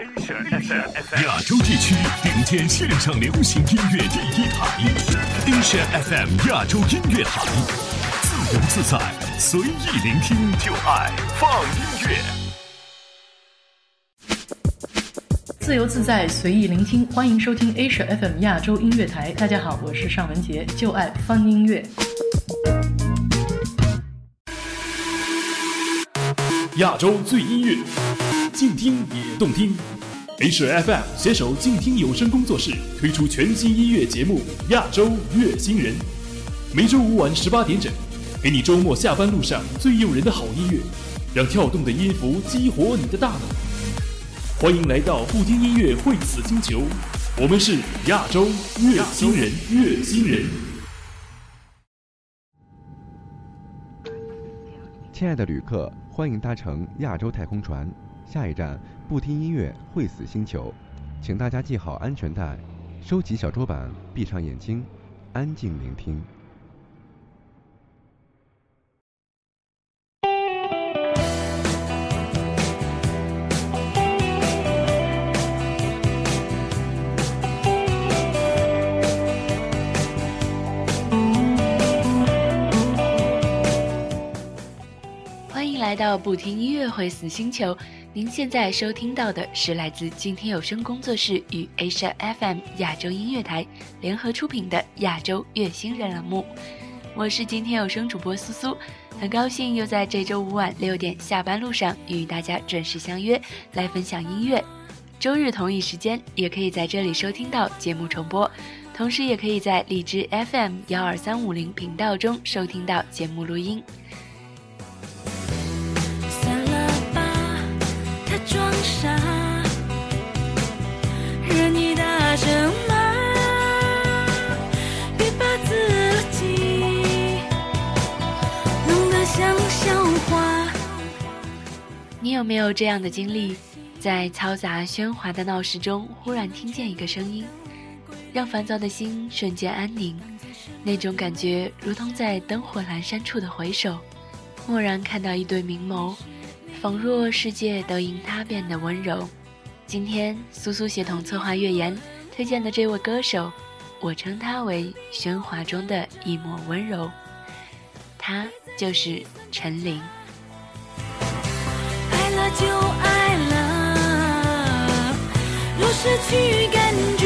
亚洲地区顶尖线上流行音乐第一台 Asia FM 亚洲音乐台，自由自在，随意聆听，就爱放音乐。 自由自在，随意聆听，欢迎收听 Asia FM 亚洲音乐台。大家好，我是尚雯婕，就爱放音乐。 亚洲最音乐，静听也动听。Asia FM 携手静听有声工作室推出全新音乐节目《亚洲乐星人》，每周五晚18点整，给你周末下班路上最诱人的好音乐，让跳动的音符激活你的大脑。欢迎来到不听音乐会死星球，我们是亚洲乐星人，乐星人。 亲爱的旅客，欢迎搭乘亚洲太空船，下一站不听音乐会死星球，请大家系好安全带，收起小桌板，闭上眼睛，安静聆听。 来到不听音乐会死星球，您现在收听到的是来自静听有声工作室与 Asia FM 亚洲音乐台联合出品的亚洲乐星人栏目。我是静听有声主播苏苏，很高兴又在这周五晚6点下班路上与大家准时相约，来分享音乐。周日同一时间也可以在这里收听到节目重播，同时也可以在荔枝 FM 12350频道中收听到节目录音。 装傻，任你大声骂，别把自己弄得像笑话。 你有没有这样的经历，在嘈杂喧哗的闹市中忽然听见一个声音，让烦躁的心瞬间安宁？那种感觉如同在灯火阑珊处的回首，蓦然看到一对明眸，仿若世界都因他变得温柔。今天苏苏协同策划乐言推荐的这位歌手，我称他为喧哗中的一抹温柔，他就是陈琳。 爱了就爱了，若失去感觉，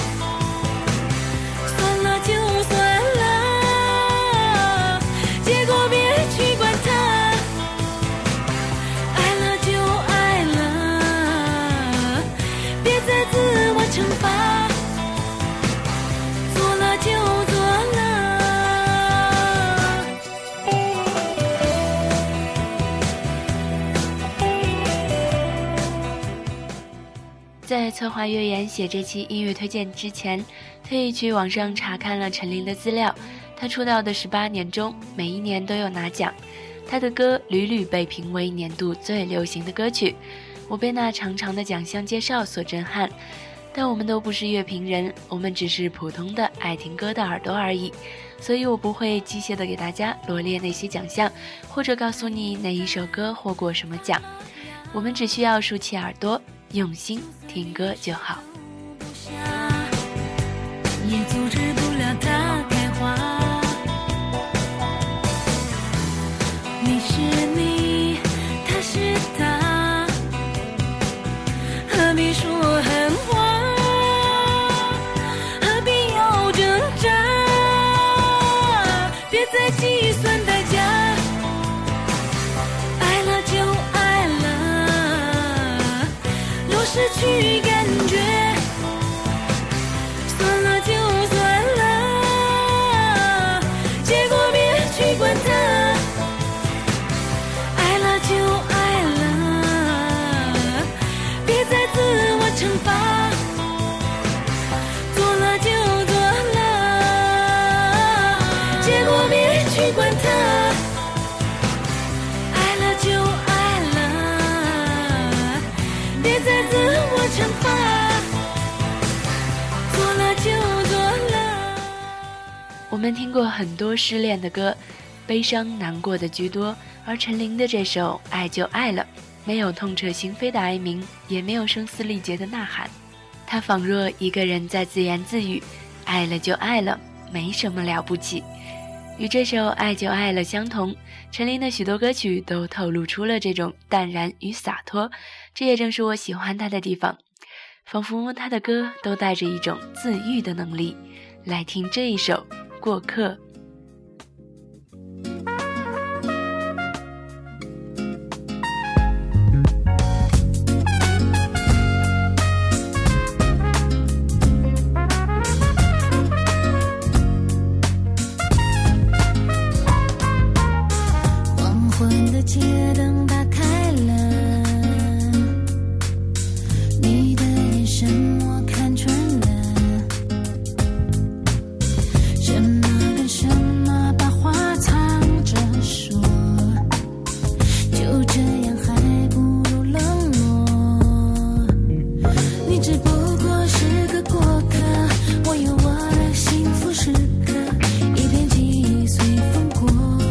算了就算了，结果别去管它。自我惩罚，做了就做了。在策划乐言写这期音乐推荐之前，特意去网上查看了陈琳的资料。她出道的18年中，每一年都有拿奖，她的歌屡屡被评为年度最流行的歌曲。我被那长长的奖项介绍所震撼，但我们都不是乐评人，我们只是普通的爱听歌的耳朵而已，所以我不会机械的给大家罗列那些奖项，或者告诉你哪一首歌获过什么奖。我们只需要竖起耳朵，用心听歌就好。 也阻止不了它开花，你是你，他是他，何必说狠话，何必要挣扎，别再计算代价，爱了就爱了，若失去感觉，算了就算了，结果别去管它，爱了就爱了，别再自我惩罚，做了就做了，结果别去管它，爱了就爱了，别再自我惩罚，做了就做了。 我们听过很多失恋的歌，悲伤难过的居多，而陈琳的这首《爱就爱了》 没有痛彻心扉的哀鸣，也没有声嘶力竭的呐喊，他仿若一个人在自言自语，爱了就爱了，没什么了不起。与这首《爱就爱了》相同，陈琳的许多歌曲都透露出了这种淡然与洒脱，这也正是我喜欢她的地方，仿佛她的歌都带着一种自愈的能力。来听这一首《过客》。 街灯打开了，你的眼神我看穿了，什么跟什么把话藏着说，就这样还不如冷漠。你只不过是个过客，我有我的幸福时刻，一片记忆随风过。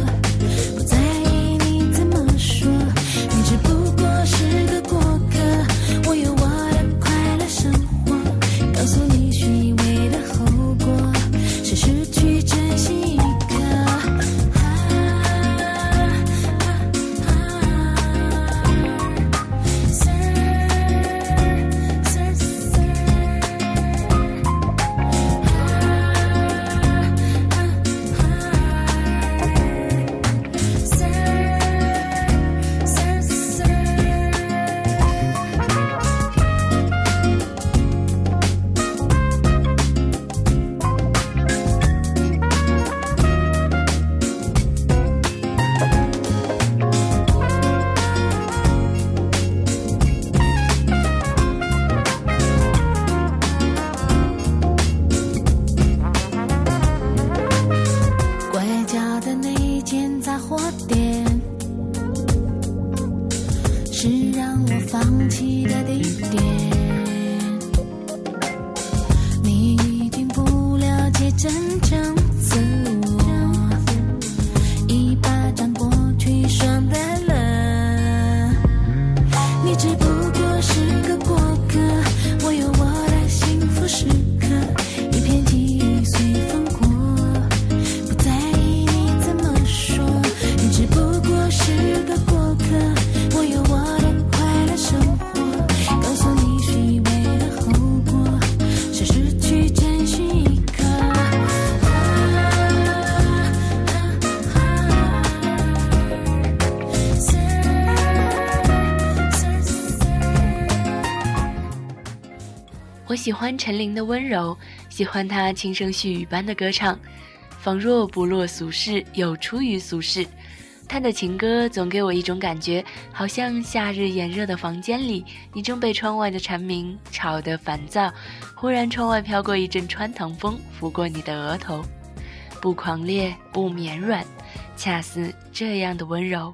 我喜欢陈琳的温柔，喜欢她轻声细语般的歌唱，仿若不落俗世，又出于俗世。她的情歌总给我一种感觉，好像夏日炎热的房间里，你正被窗外的蝉鸣吵得烦躁，忽然窗外飘过一阵穿堂风，拂过你的额头，不狂烈，不绵软，恰似这样的温柔。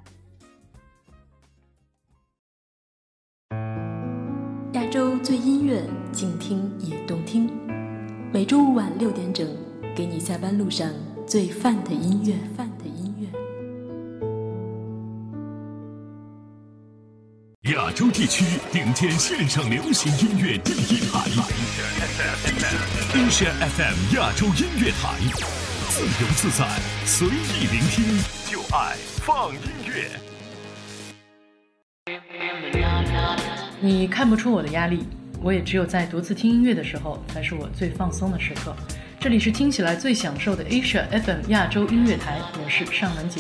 亚洲最音乐，静听也动听。每周五晚6点整，给你下班路上最范的音乐。 亚洲地区顶尖线上流行音乐第一台 Asia FM 亚洲音乐台，自由自在，随意聆听，就爱放音乐。 你看不出我的压力，我也只有在独自听音乐的时候，才是我最放松的时刻。这里是听起来最享受的 Asia FM 亚洲音乐台，我是尚雯婕。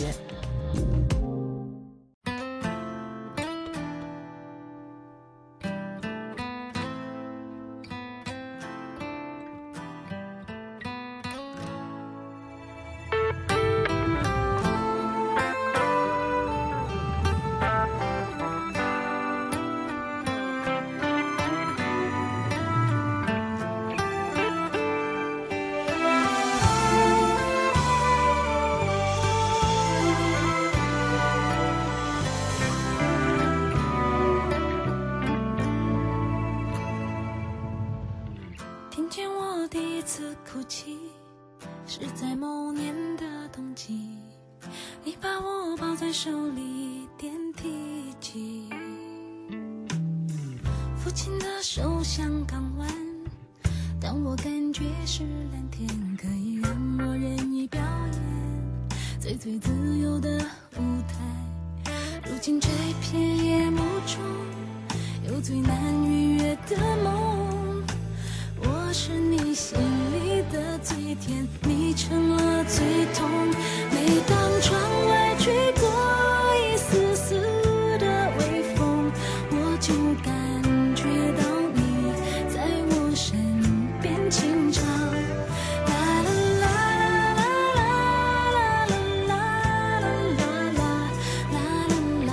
听见我第一次哭泣，是在某年的冬季，你把我抱在手里，点滴起亲的手像港湾，当我感觉是蓝天，可以让我任意表演最最自由的舞台。如今这片夜幕中有最难逾越的梦，我是你心里的最甜，你成了最痛。每当窗外吹过一丝丝的微风，我就感觉到你在我身边轻唱。啦啦啦啦啦啦啦啦啦啦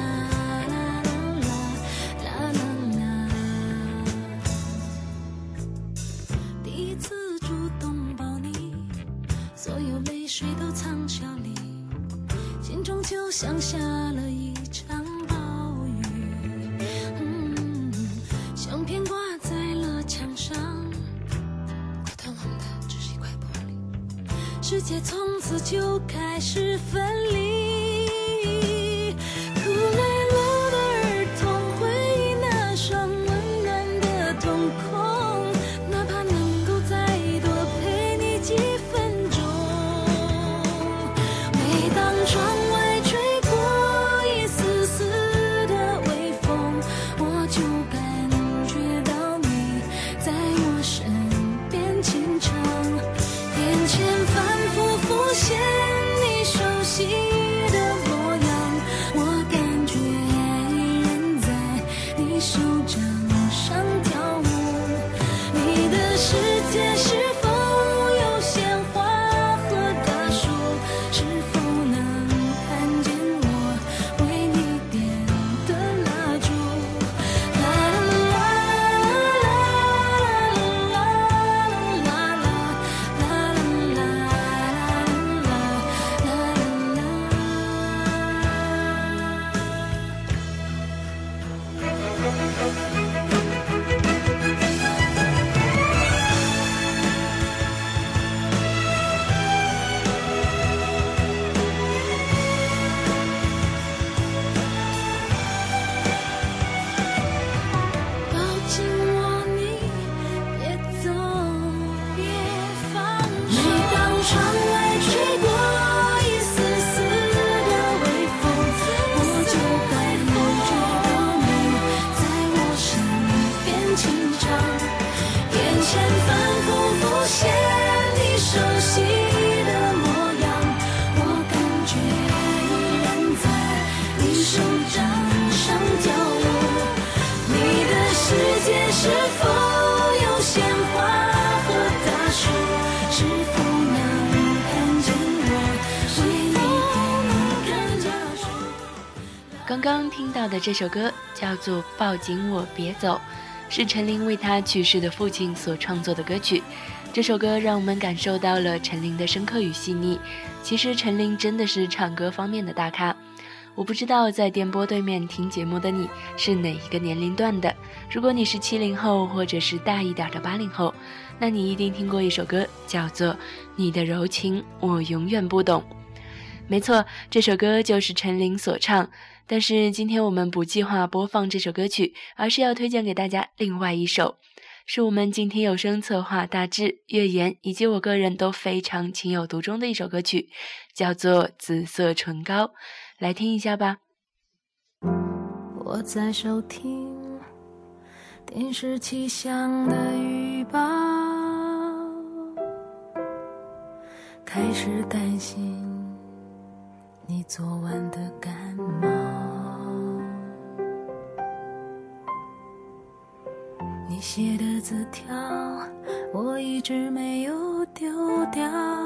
啦啦啦。第一次主动抱你，所有泪水都藏笑里，心中就像下了一场暴雨。相片挂在了墙上，快断网的只是一块玻璃，世界从此就开始分离。哭累了的儿童回忆那双温暖的瞳孔，哪怕能够再多陪你几分钟。每当窗外吹过一丝丝的微风，我就感觉到你在我身边轻唱。眼前反复浮现你熟悉的模样，我感觉依然在你手掌上跳舞。你的世界是否有鲜花和大树？是否能看见我为你点的蜡烛？啦啦啦啦啦啦啦啦啦啦啦抱紧我，你别走，别放手。每当窗外吹过一丝丝的微风，我就感觉到你在我身边轻唱。眼前反复浮现你熟悉的模样，我感觉依然在你手掌上跳舞。你的世界是否有鲜花和大树？是否能看见我为你点的蜡烛？ 刚刚听到的这首歌叫做《抱紧我别走》，是陈琳为他去世的父亲所创作的歌曲。这首歌让我们感受到了陈琳的深刻与细腻。其实陈琳真的是唱歌方面的大咖。我不知道在电波对面听节目的你是哪一个年龄段的，如果你是70后或者是大一点的80后，那你一定听过一首歌叫做《你的柔情我永远不懂》。没错，这首歌就是陈琳所唱，但是今天我们不计划播放这首歌曲，而是要推荐给大家另外一首，是我们静听有声策划大致、月言以及我个人都非常情有独钟的一首歌曲，叫做《紫色唇膏》，来听一下吧。 我在收听电视气象的预报，开始担心你昨晚的感冒。你写的字条我一直没有丢掉，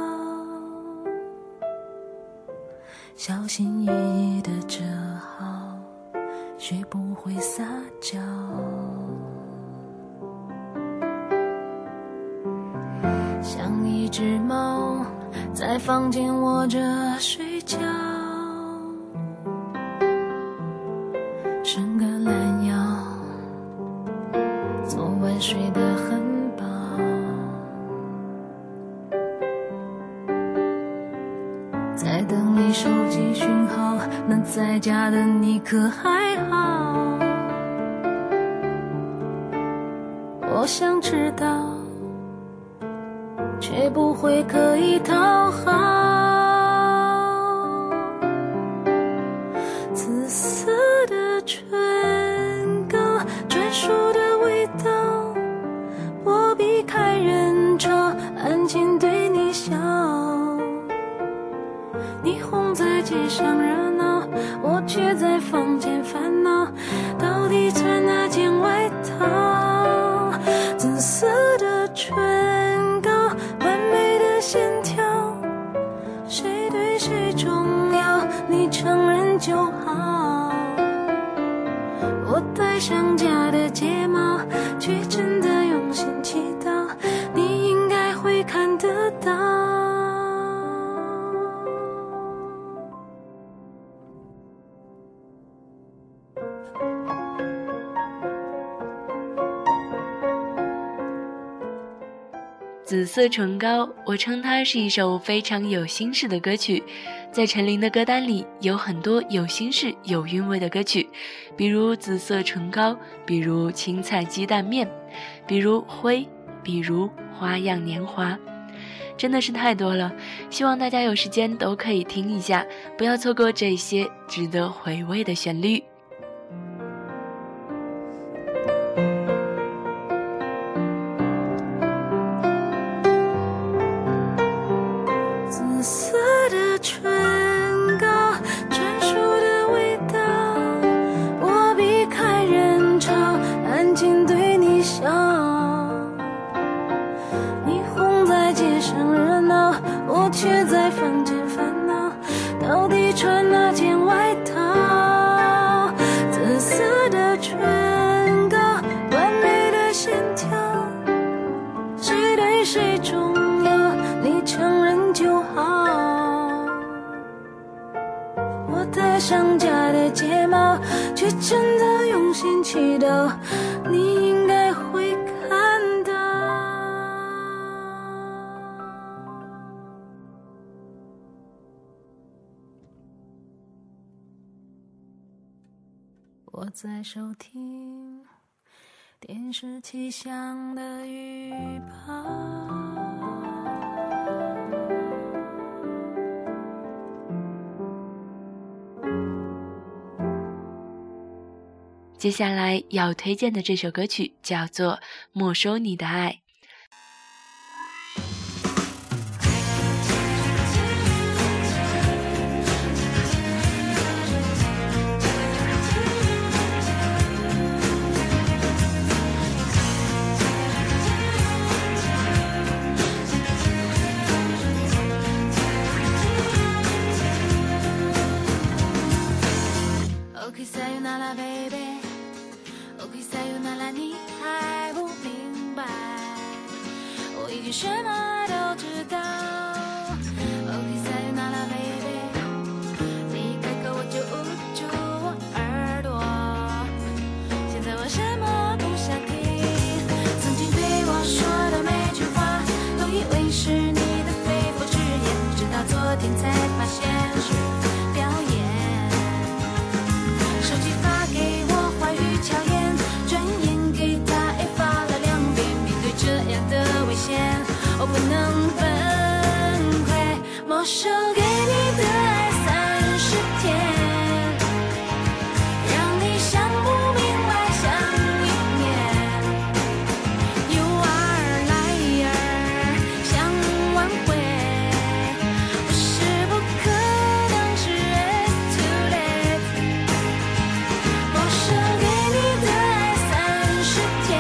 小心翼翼地折好，学不会撒娇。像一只猫在房间窝着睡觉，伸个懒腰，昨晚睡得很饱。在等你手机讯号，那在家的你可还好？ 我想知道，却不会刻意讨好。紫色的唇膏，专属的味道，我避开人潮，安静对你笑。霓虹在街上热闹，我却在房间烦恼，到底穿哪件外套？紫色的唇膏，完美的线条，谁对谁重要，你承认就好。我戴上假的睫毛，却真的用心祈祷，你应该会看得到。 紫色唇膏，我称它是一首非常有心事的歌曲。在陈琳的歌单里有很多有心事有韵味的歌曲，比如紫色唇膏，比如青菜鸡蛋面，比如灰，比如花样年华，真的是太多了，希望大家有时间都可以听一下，不要错过这些值得回味的旋律。 紫色的唇膏，专属的味道，我避开人潮，安静对你笑。霓虹在街上热闹，我却在房间烦恼，到底穿哪件外套？紫色的唇膏，完美的线条，谁对谁重要，你承认就好。我戴上假的睫毛，却真的用心祈祷，你应该会看到。我在收听电视气象的预报。 接下来要推荐的这首歌曲叫做《没收你的爱》。 Sayonara baby， OK Sayonara， 你还不明白，我已经什么都知道。OK Sayonara baby， 你开口我就捂住我耳朵，现在我什么不想听，曾经对我说的每句话，都以为是你的肺腑之言，直到昨天才发现是表演。手机发给我话语巧言，转眼给他也发了2遍。面对这样的危险，我不能崩溃。没收给你的爱30天，让你想不明白想一面。You are liar， 想挽回，不是不可能，是 it's too late。没收给你的爱30天，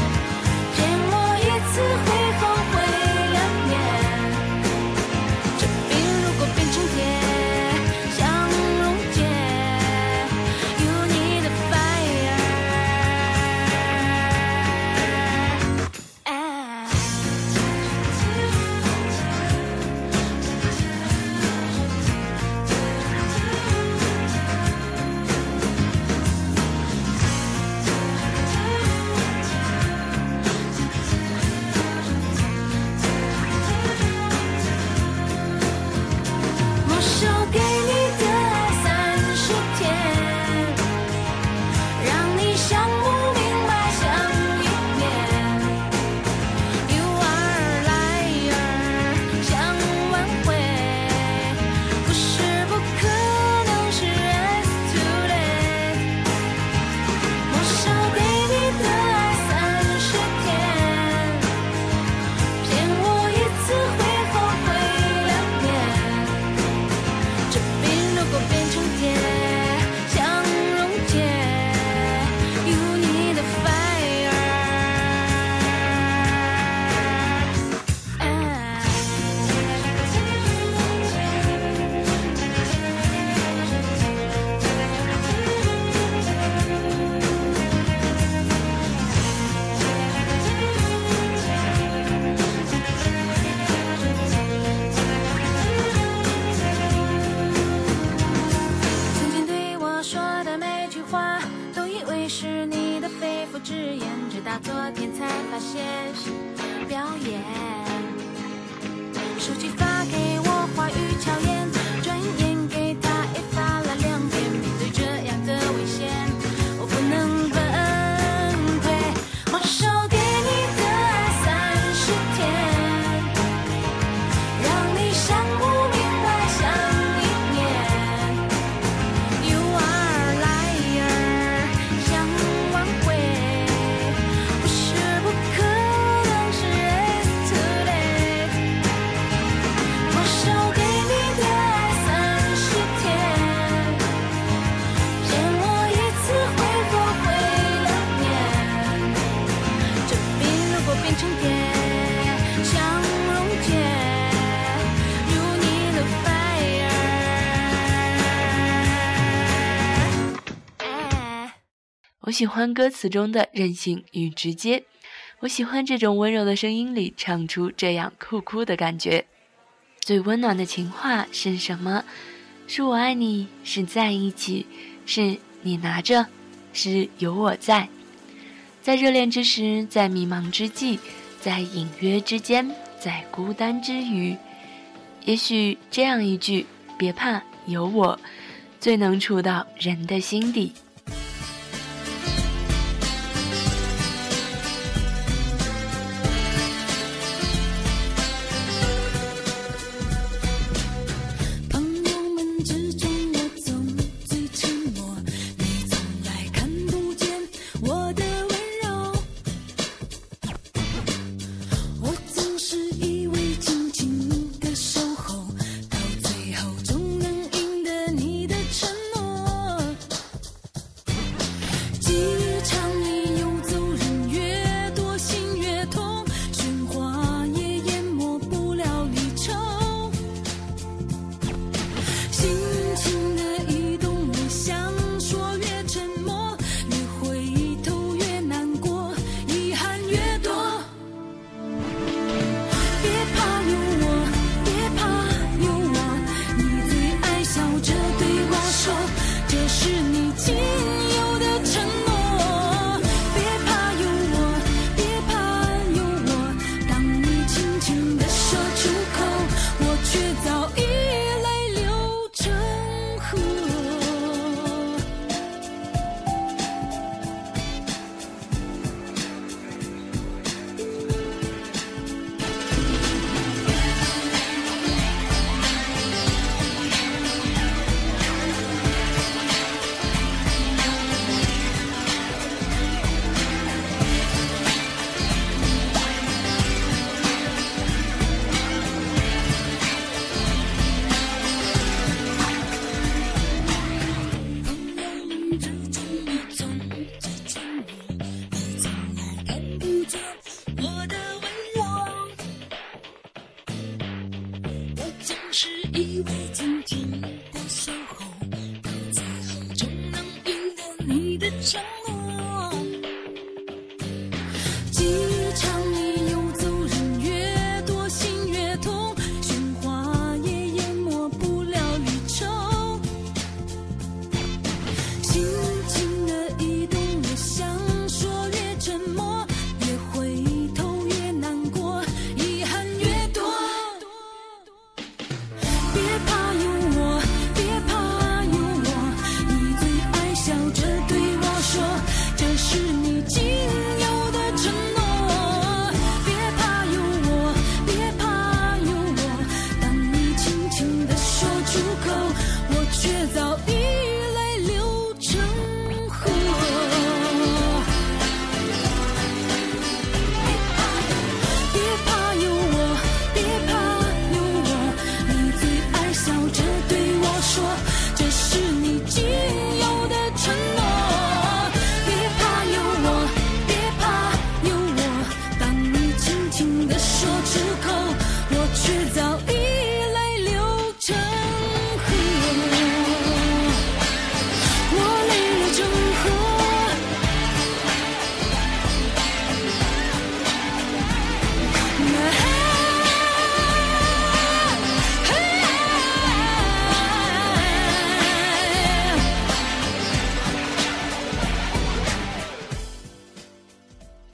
见我一次会后悔2年，这到昨天才发现是表演。手机发给我话语巧言，转眼给他也发了2遍。面对这样的危险，我不能崩溃。我手给你的爱30天，让你想不明白想1年。You are liar， 想挽回，不是不可能，是 it's too late。我手给你的爱30天，见我一次挥霍会2年。这冰如果变成铁，像溶解。You need a fire。 我喜欢歌词中的任性与直接，我喜欢这种温柔的声音里唱出这样酷酷的感觉。最温暖的情话是什么？是我爱你，是在一起，是你拿着，是有我在。在热恋之时，在迷茫之际，在隐约之间，在孤单之余，也许这样一句别怕有我，最能触到人的心底。 朋友们之中，我总最沉默，你从来看不见我的温柔。我总是以为静静的守候，到最后终能赢得你的承诺。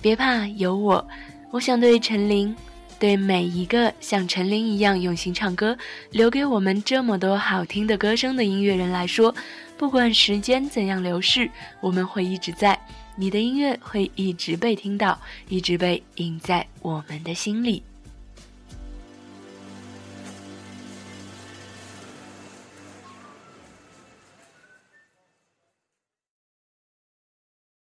别怕，有我。我想对陈琳，对每一个像陈琳一样用心唱歌，留给我们这么多好听的歌声的音乐人来说，不管时间怎样流逝，我们会一直在，你的音乐会一直被听到，一直被印在我们的心里。